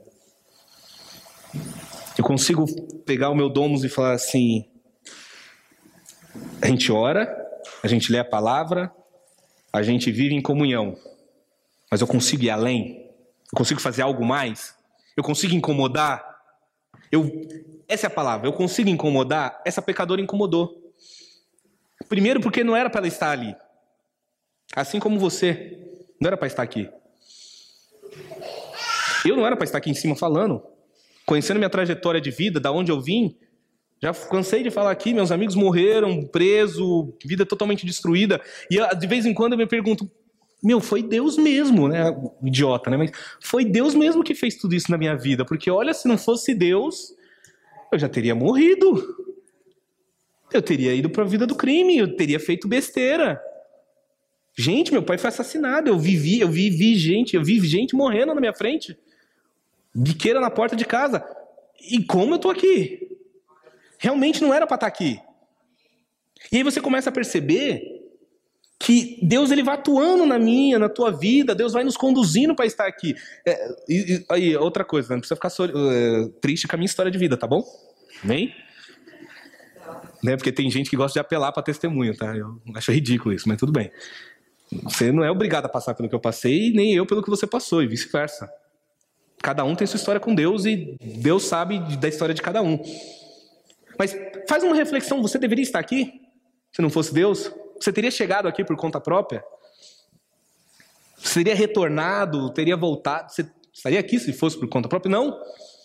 Eu consigo pegar o meu Domus e falar assim: a gente ora, a gente lê a palavra, a gente vive em comunhão, mas eu consigo ir além? Eu consigo fazer algo mais? Eu consigo incomodar? Eu, essa é a palavra, eu consigo incomodar? Essa pecadora incomodou. Primeiro porque não era para ela estar ali. Assim como você, não era para estar aqui. Eu não era para estar aqui em cima falando, conhecendo minha trajetória de vida, da onde eu vim. Já cansei de falar aqui, meus amigos morreram, preso, vida totalmente destruída. E eu, de vez em quando eu me pergunto, meu, foi Deus mesmo, né? Idiota, né? Mas foi Deus mesmo que fez tudo isso na minha vida. Porque olha, se não fosse Deus, eu já teria morrido. Eu teria ido para a vida do crime, eu teria feito besteira. Gente, meu pai foi assassinado, eu vivi, eu vivi gente, eu vi gente morrendo na minha frente. Biqueira na porta de casa. E como eu tô aqui? Realmente não era para estar aqui. E aí você começa a perceber que Deus ele vai atuando na minha, na tua vida, Deus vai nos conduzindo para estar aqui. É, e, e, aí, outra coisa, não precisa ficar so, uh, triste com a minha história de vida, tá bom? Nem? Né? Porque tem gente que gosta de apelar para testemunho, tá? Eu acho ridículo isso, mas tudo bem. Você não é obrigado a passar pelo que eu passei, nem eu pelo que você passou, e vice-versa. Cada um tem sua história com Deus e Deus sabe da história de cada um. Mas faz uma reflexão, você deveria estar aqui se não fosse Deus? Você teria chegado aqui por conta própria? Você teria retornado, teria voltado? Você estaria aqui se fosse por conta própria? Não.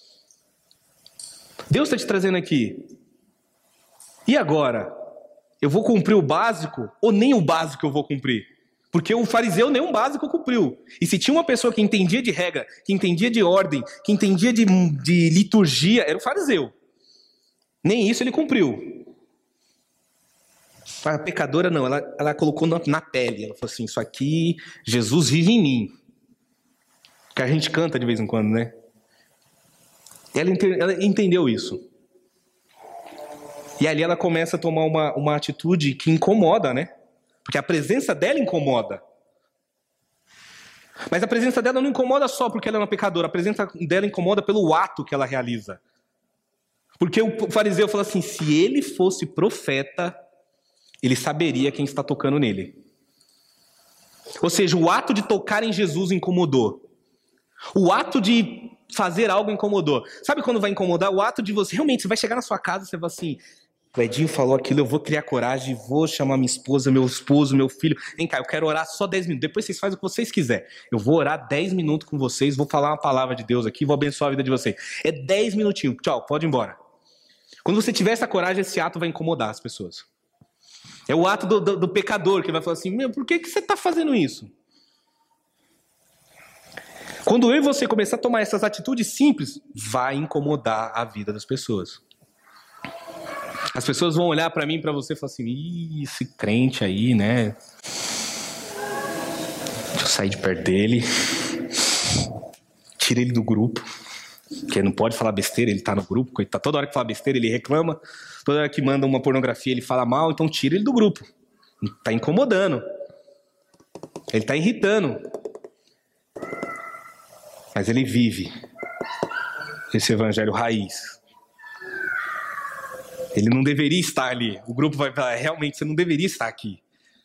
Deus está te trazendo aqui. E agora? Eu vou cumprir o básico ou nem o básico eu vou cumprir? Porque o fariseu nem um básico cumpriu. E se tinha uma pessoa que entendia de regra, que entendia de ordem, que entendia de, de liturgia, era o fariseu. Nem isso ele cumpriu. A pecadora não, ela, ela colocou na, na pele. Ela falou assim, isso aqui, Jesus vive em mim. Que a gente canta de vez em quando, né? Ela, ente, ela entendeu isso. E ali ela começa a tomar uma, uma atitude que incomoda, né? Porque a presença dela incomoda. Mas a presença dela não incomoda só porque ela é uma pecadora. A presença dela incomoda pelo ato que ela realiza. Porque o fariseu fala assim, se ele fosse profeta, ele saberia quem está tocando nele. Ou seja, o ato de tocar em Jesus incomodou. O ato de fazer algo incomodou. Sabe quando vai incomodar? O ato de você, realmente, você vai chegar na sua casa e você vai assim, o Edinho falou aquilo, eu vou criar coragem, vou chamar minha esposa, meu esposo, meu filho. Vem cá, eu quero orar só dez minutos. Depois vocês fazem o que vocês quiserem. Eu vou orar dez minutos com vocês, vou falar uma palavra de Deus aqui, vou abençoar a vida de vocês. É dez minutinhos. Tchau, pode ir embora. Quando você tiver essa coragem, esse ato vai incomodar as pessoas. É o ato do, do, do pecador que vai falar assim, meu, por que, que você está fazendo isso? Quando eu e você começar a tomar essas atitudes simples, vai incomodar a vida das pessoas. As pessoas vão olhar para mim e para você e falar assim, ih, esse crente aí, né? Deixa eu sair de perto dele. Tira ele do grupo. Porque não pode falar besteira, ele tá no grupo. Coitado. Toda hora que fala besteira, ele reclama. Toda hora que manda uma pornografia, ele fala mal. Então tira ele do grupo. Tá incomodando. Ele tá irritando. Mas ele vive esse evangelho raiz. Ele não deveria estar ali. O grupo vai falar, realmente, você não deveria estar aqui.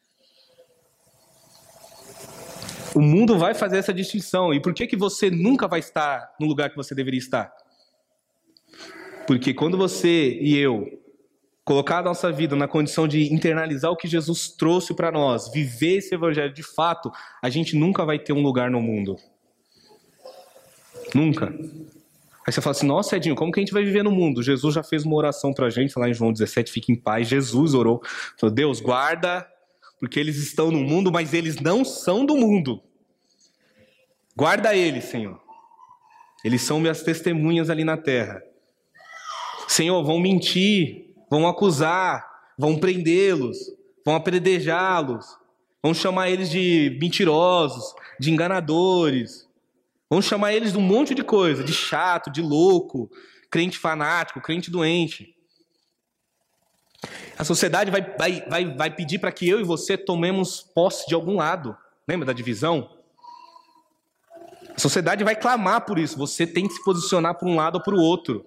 O mundo vai fazer essa distinção. E por que que você nunca vai estar no lugar que você deveria estar? Porque quando você e eu colocar a nossa vida na condição de internalizar o que Jesus trouxe para nós, viver esse evangelho de fato, a gente nunca vai ter um lugar no mundo. Nunca. Aí você fala assim, nossa, Edinho, como que a gente vai viver no mundo? Jesus já fez uma oração pra gente, lá em João dezessete, fique em paz. Jesus orou, falou, Deus, guarda, porque eles estão no mundo, mas eles não são do mundo. Guarda eles, Senhor. Eles são minhas testemunhas ali na terra. Senhor, vão mentir, vão acusar, vão prendê-los, vão apedrejá-los, vão chamar eles de mentirosos, de enganadores. Vamos chamar eles de um monte de coisa, de chato, de louco, crente fanático, crente doente. A sociedade vai, vai, vai, vai pedir para que eu e você tomemos posse de algum lado. Lembra da divisão? A sociedade vai clamar por isso. Você tem que se posicionar por um lado ou para o outro.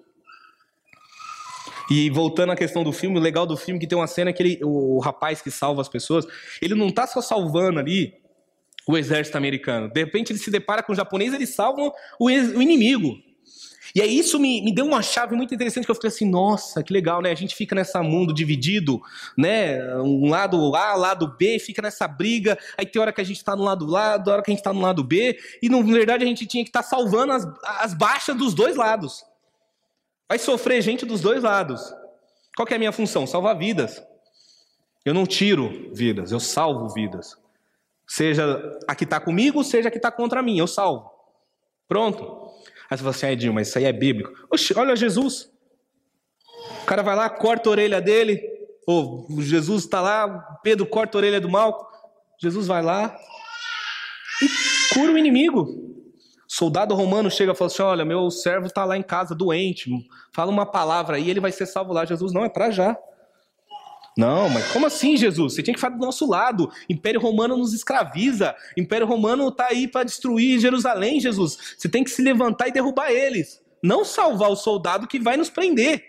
E voltando à questão do filme, o legal do filme é que tem uma cena que ele, o rapaz que salva as pessoas, ele não está só salvando ali o exército americano. De repente ele se depara com os japoneses, eles salvam o, o inimigo. E aí isso me, me deu uma chave muito interessante, que eu fiquei assim, nossa, que legal, né? A gente fica nesse mundo dividido, né? Um lado A, lado B, fica nessa briga, aí tem hora que a gente está no lado A, tem hora que a gente está no lado B, e na verdade a gente tinha que estar tá salvando as, as baixas dos dois lados. Vai sofrer gente dos dois lados. Qual que é a minha função? Salvar vidas. Eu não tiro vidas, eu salvo vidas. Seja a que está comigo, seja a que está contra mim, eu salvo. Pronto. Aí você fala assim, ah, Edinho, mas isso aí é bíblico. Oxe, olha Jesus. O cara vai lá, corta a orelha dele, Ou Jesus está lá, Pedro corta a orelha do Malco, Jesus vai lá e cura o inimigo. Soldado romano chega e fala assim, olha, meu servo está lá em casa doente, fala uma palavra aí, ele vai ser salvo lá. Jesus, não, é para já. Não, mas como assim, Jesus? Você tinha que ficar do nosso lado. Império Romano nos escraviza. Império Romano está aí para destruir Jerusalém, Jesus. Você tem que se levantar e derrubar eles. Não salvar o soldado que vai nos prender.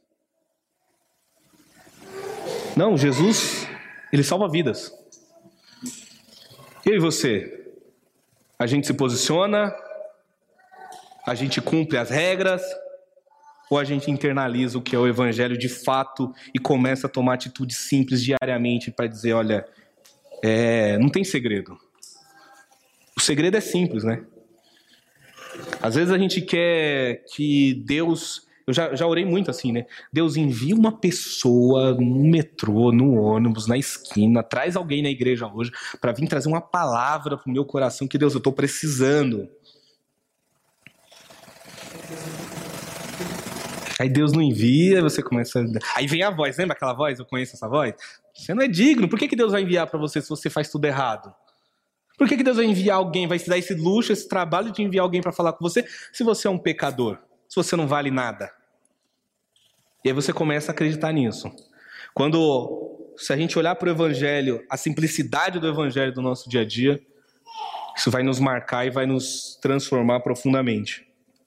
Não, Jesus, ele salva vidas. Eu e você? A gente se posiciona? A gente cumpre as regras? Ou a gente internaliza o que é o evangelho de fato e começa a tomar atitudes simples diariamente para dizer, olha, é, não tem segredo. O segredo é simples, né? Às vezes a gente quer que Deus... Eu já, já orei muito assim, né? Deus envia uma pessoa no metrô, no ônibus, na esquina, traz alguém na igreja hoje para vir trazer uma palavra pro meu coração que, Deus, eu estou precisando. Aí Deus não envia, você começa... A... Aí vem a voz, lembra aquela voz? Eu conheço essa voz. Você não é digno, por que que Deus vai enviar para você se você faz tudo errado? Por que que Deus vai enviar alguém, vai te dar esse luxo, esse trabalho de enviar alguém para falar com você, se você é um pecador, se você não vale nada? E aí você começa a acreditar nisso. Quando, se a gente olhar para o evangelho, a simplicidade do evangelho do nosso dia a dia, isso vai nos marcar e vai nos transformar profundamente.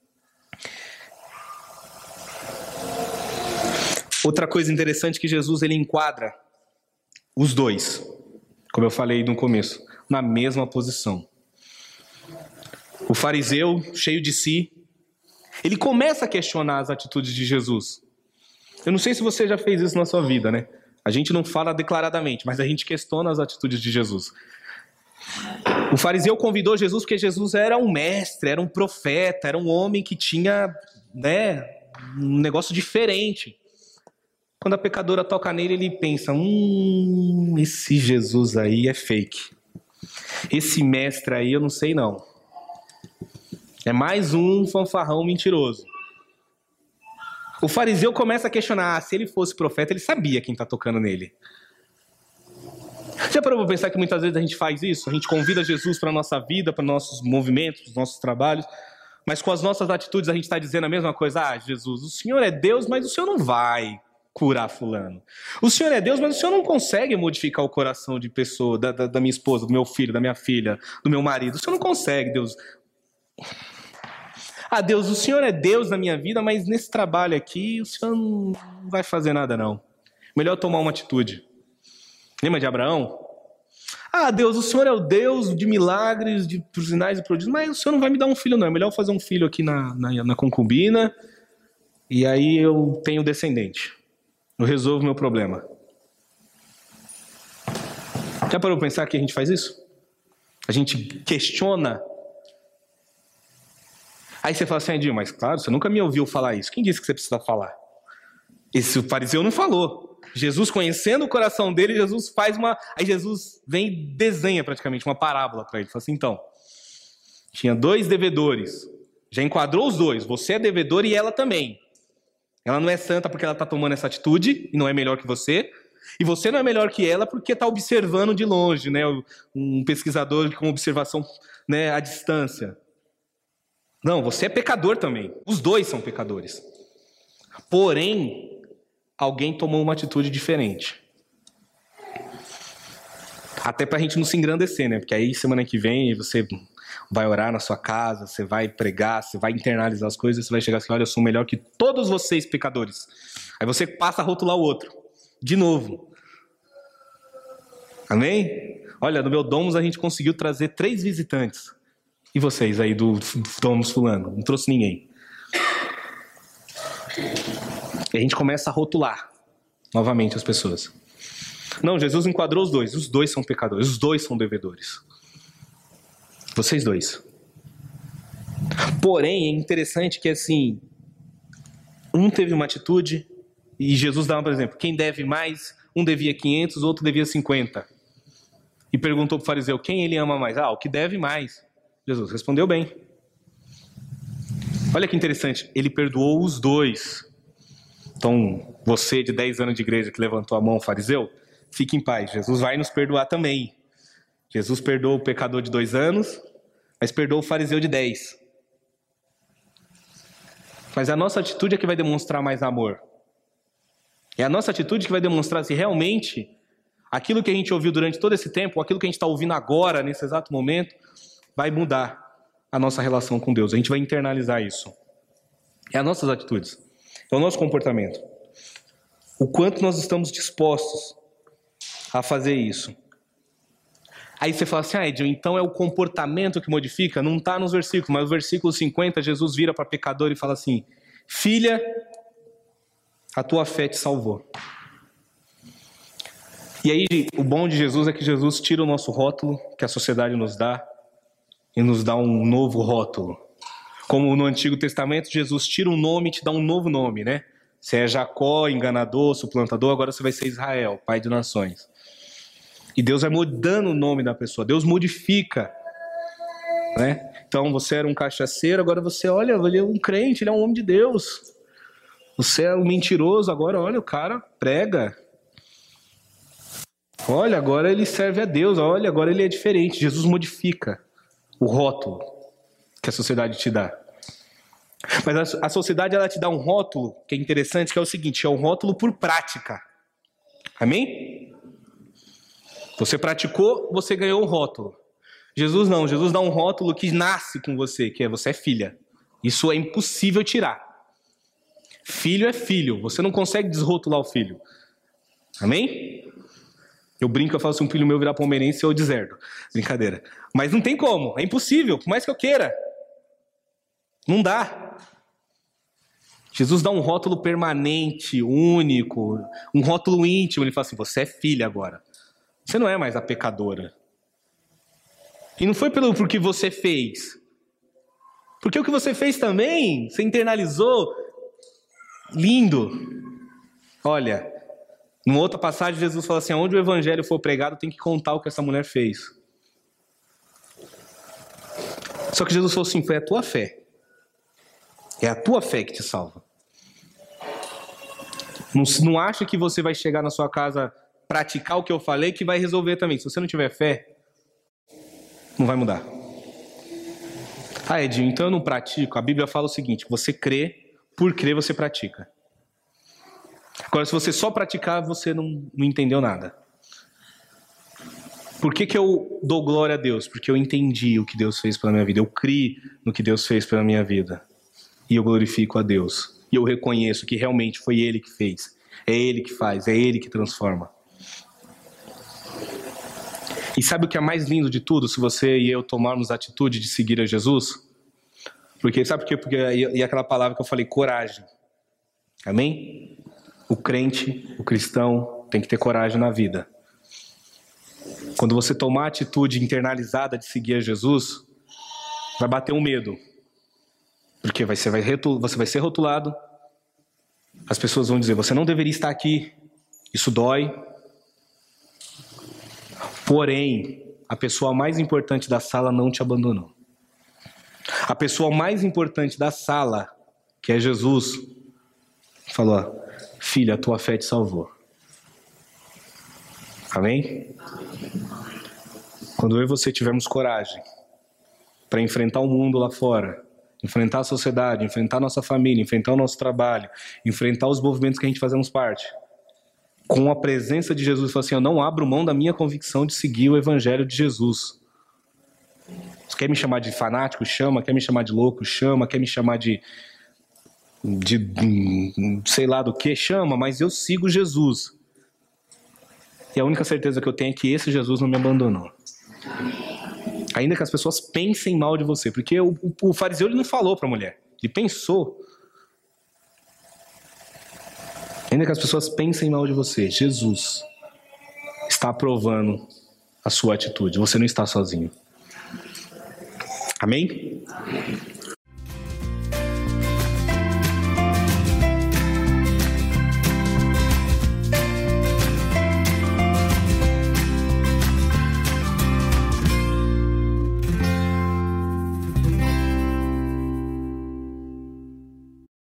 Outra coisa interessante é que Jesus ele enquadra os dois, como eu falei no começo, na mesma posição. O fariseu, cheio de si, ele começa a questionar as atitudes de Jesus. Eu não sei se você já fez isso na sua vida, né? A gente não fala declaradamente, mas a gente questiona as atitudes de Jesus. O fariseu convidou Jesus porque Jesus era um mestre, era um profeta, era um homem que tinha, né, um negócio diferente. Quando a pecadora toca nele, ele pensa, hum, esse Jesus aí é fake. Esse mestre aí eu não sei não. É mais um fanfarrão mentiroso. O fariseu começa a questionar, ah, se ele fosse profeta, ele sabia quem está tocando nele. Já parou para pensar que muitas vezes a gente faz isso? A gente convida Jesus para a nossa vida, para nossos movimentos, para os nossos trabalhos, mas com as nossas atitudes a gente está dizendo a mesma coisa. Ah, Jesus, o Senhor é Deus, mas o Senhor não vai curar fulano. O Senhor é Deus, mas o Senhor não consegue modificar o coração de pessoa, da, da, da minha esposa, do meu filho, da minha filha, do meu marido. O Senhor não consegue, Deus. Ah, Deus, o Senhor é Deus na minha vida, mas nesse trabalho aqui o Senhor não vai fazer nada não. Melhor tomar uma atitude. Lembra de Abraão? Ah, Deus, o Senhor é o Deus de milagres, de sinais e prodígios, mas o Senhor não vai me dar um filho não. É melhor fazer um filho aqui na, na, na concubina e aí eu tenho descendente. Eu resolvo meu problema. Já parou para pensar que a gente faz isso? A gente questiona. Aí você fala assim, Edinho, mas claro, você nunca me ouviu falar isso. Quem disse que você precisa falar? Esse fariseu não falou. Jesus, conhecendo o coração dele, Jesus faz uma... Aí Jesus vem e desenha praticamente uma parábola para ele. Fala assim, então, tinha dois devedores. Já enquadrou os dois. Você é devedor e ela também. Ela não é santa porque ela está tomando essa atitude e não é melhor que você. E você não é melhor que ela porque está observando de longe, né? Um pesquisador com observação, né, à distância. Não, você é pecador também. Os dois são pecadores. Porém, alguém tomou uma atitude diferente. Até para a gente não se engrandecer, né? Porque aí semana que vem você vai orar na sua casa, você vai pregar, você vai internalizar as coisas, você vai chegar assim, olha, eu sou melhor que todos vocês pecadores. Aí você passa a rotular o outro. De novo. Amém? Olha, no meu Domus a gente conseguiu trazer três visitantes. E vocês aí do Domus fulano? Não trouxe ninguém. E a gente começa a rotular novamente as pessoas. Não, Jesus enquadrou os dois. Os dois são pecadores. Os dois são devedores. Vocês dois. Porém, é interessante que assim, um teve uma atitude e Jesus dava, por exemplo, quem deve mais, um devia quinhentos, o outro devia cinquenta. E perguntou para o fariseu, quem ele ama mais? Ah, o que deve mais. Jesus respondeu bem. Olha que interessante, ele perdoou os dois. Então, você de dez anos de igreja que levantou a mão, fariseu, fique em paz. Jesus vai nos perdoar também. Jesus perdoa o pecador de dois anos, mas perdoa o fariseu de dez. Mas a nossa atitude é que vai demonstrar mais amor. É a nossa atitude que vai demonstrar se realmente aquilo que a gente ouviu durante todo esse tempo, aquilo que a gente está ouvindo agora, nesse exato momento, vai mudar a nossa relação com Deus. A gente vai internalizar isso. É as nossas atitudes. É o nosso comportamento. O quanto nós estamos dispostos a fazer isso. Aí você fala assim, ah, Edil, então é o comportamento que modifica? Não está nos versículos, mas no versículo cinquenta, Jesus vira para pecador e fala assim, filha, a tua fé te salvou. E aí, o bom de Jesus é que Jesus tira o nosso rótulo, que a sociedade nos dá, e nos dá um novo rótulo. Como no Antigo Testamento, Jesus tira um nome e te dá um novo nome, né? Você é Jacó, enganador, suplantador, agora você vai ser Israel, pai de nações. E Deus vai mudando o nome da pessoa, Deus modifica, né? Então, você era um cachaceiro, agora você, olha, ele é um crente, ele é um homem de Deus. Você é um mentiroso, agora, olha, o cara prega. Olha, agora ele serve a Deus, olha, agora ele é diferente. Jesus modifica o rótulo que a sociedade te dá. Mas a, a sociedade, ela te dá um rótulo que é interessante, que é o seguinte, é um rótulo por prática. Amém? Você praticou, você ganhou um rótulo. Jesus não, Jesus dá um rótulo que nasce com você, que é você é filha. Isso é impossível tirar. Filho é filho, você não consegue desrotular o filho. Amém? Eu brinco, eu falo, se um filho meu virar palmeirense, eu deserto. Brincadeira. Mas não tem como, é impossível, por mais que eu queira. Não dá. Jesus dá um rótulo permanente, único, um rótulo íntimo. Ele fala assim, você é filha agora. Você não é mais a pecadora. E não foi pelo porque você fez. Porque o que você fez também, você internalizou. Lindo. Olha, numa outra passagem, Jesus fala assim, onde o evangelho for pregado, tem que contar o que essa mulher fez. Só que Jesus falou assim, foi a tua fé. É a tua fé que te salva. Não, não acha que você vai chegar na sua casa, praticar o que eu falei, que vai resolver também. Se você não tiver fé, não vai mudar. Ah, Edinho, então eu não pratico. A Bíblia fala o seguinte, você crê, por crer você pratica. Agora, se você só praticar, você não, não entendeu nada. Por que que eu dou glória a Deus? Porque eu entendi o que Deus fez pela minha vida. Eu criei no que Deus fez pela minha vida. E eu glorifico a Deus. E eu reconheço que realmente foi Ele que fez. É Ele que faz, é Ele que transforma. E sabe o que é mais lindo de tudo? Se você e eu tomarmos a atitude de seguir a Jesus? Porque, sabe por quê? Porque, e aquela palavra que eu falei, coragem. Amém? O crente, o cristão, tem que ter coragem na vida. Quando você tomar a atitude internalizada de seguir a Jesus, vai bater um medo. Porque você vai, você vai ser rotulado, as pessoas vão dizer, você não deveria estar aqui, isso dói. Porém, a pessoa mais importante da sala não te abandonou. A pessoa mais importante da sala, que é Jesus, falou, filha, a tua fé te salvou. Amém? Quando eu e você tivermos coragem para enfrentar o mundo lá fora, enfrentar a sociedade, enfrentar a nossa família, enfrentar o nosso trabalho, enfrentar os movimentos que a gente fazemos parte, com a presença de Jesus, fala assim, eu não abro mão da minha convicção de seguir o evangelho de Jesus. Você quer me chamar de fanático? Chama. Quer me chamar de louco? Chama. Quer me chamar de, de sei lá do que? Chama, mas eu sigo Jesus. E a única certeza que eu tenho é que esse Jesus não me abandonou. Ainda que as pessoas pensem mal de você, porque o, o, o fariseu ele não falou para a mulher, ele pensou. Ainda que as pessoas pensem mal de você, Jesus está aprovando a sua atitude, você não está sozinho. Amém?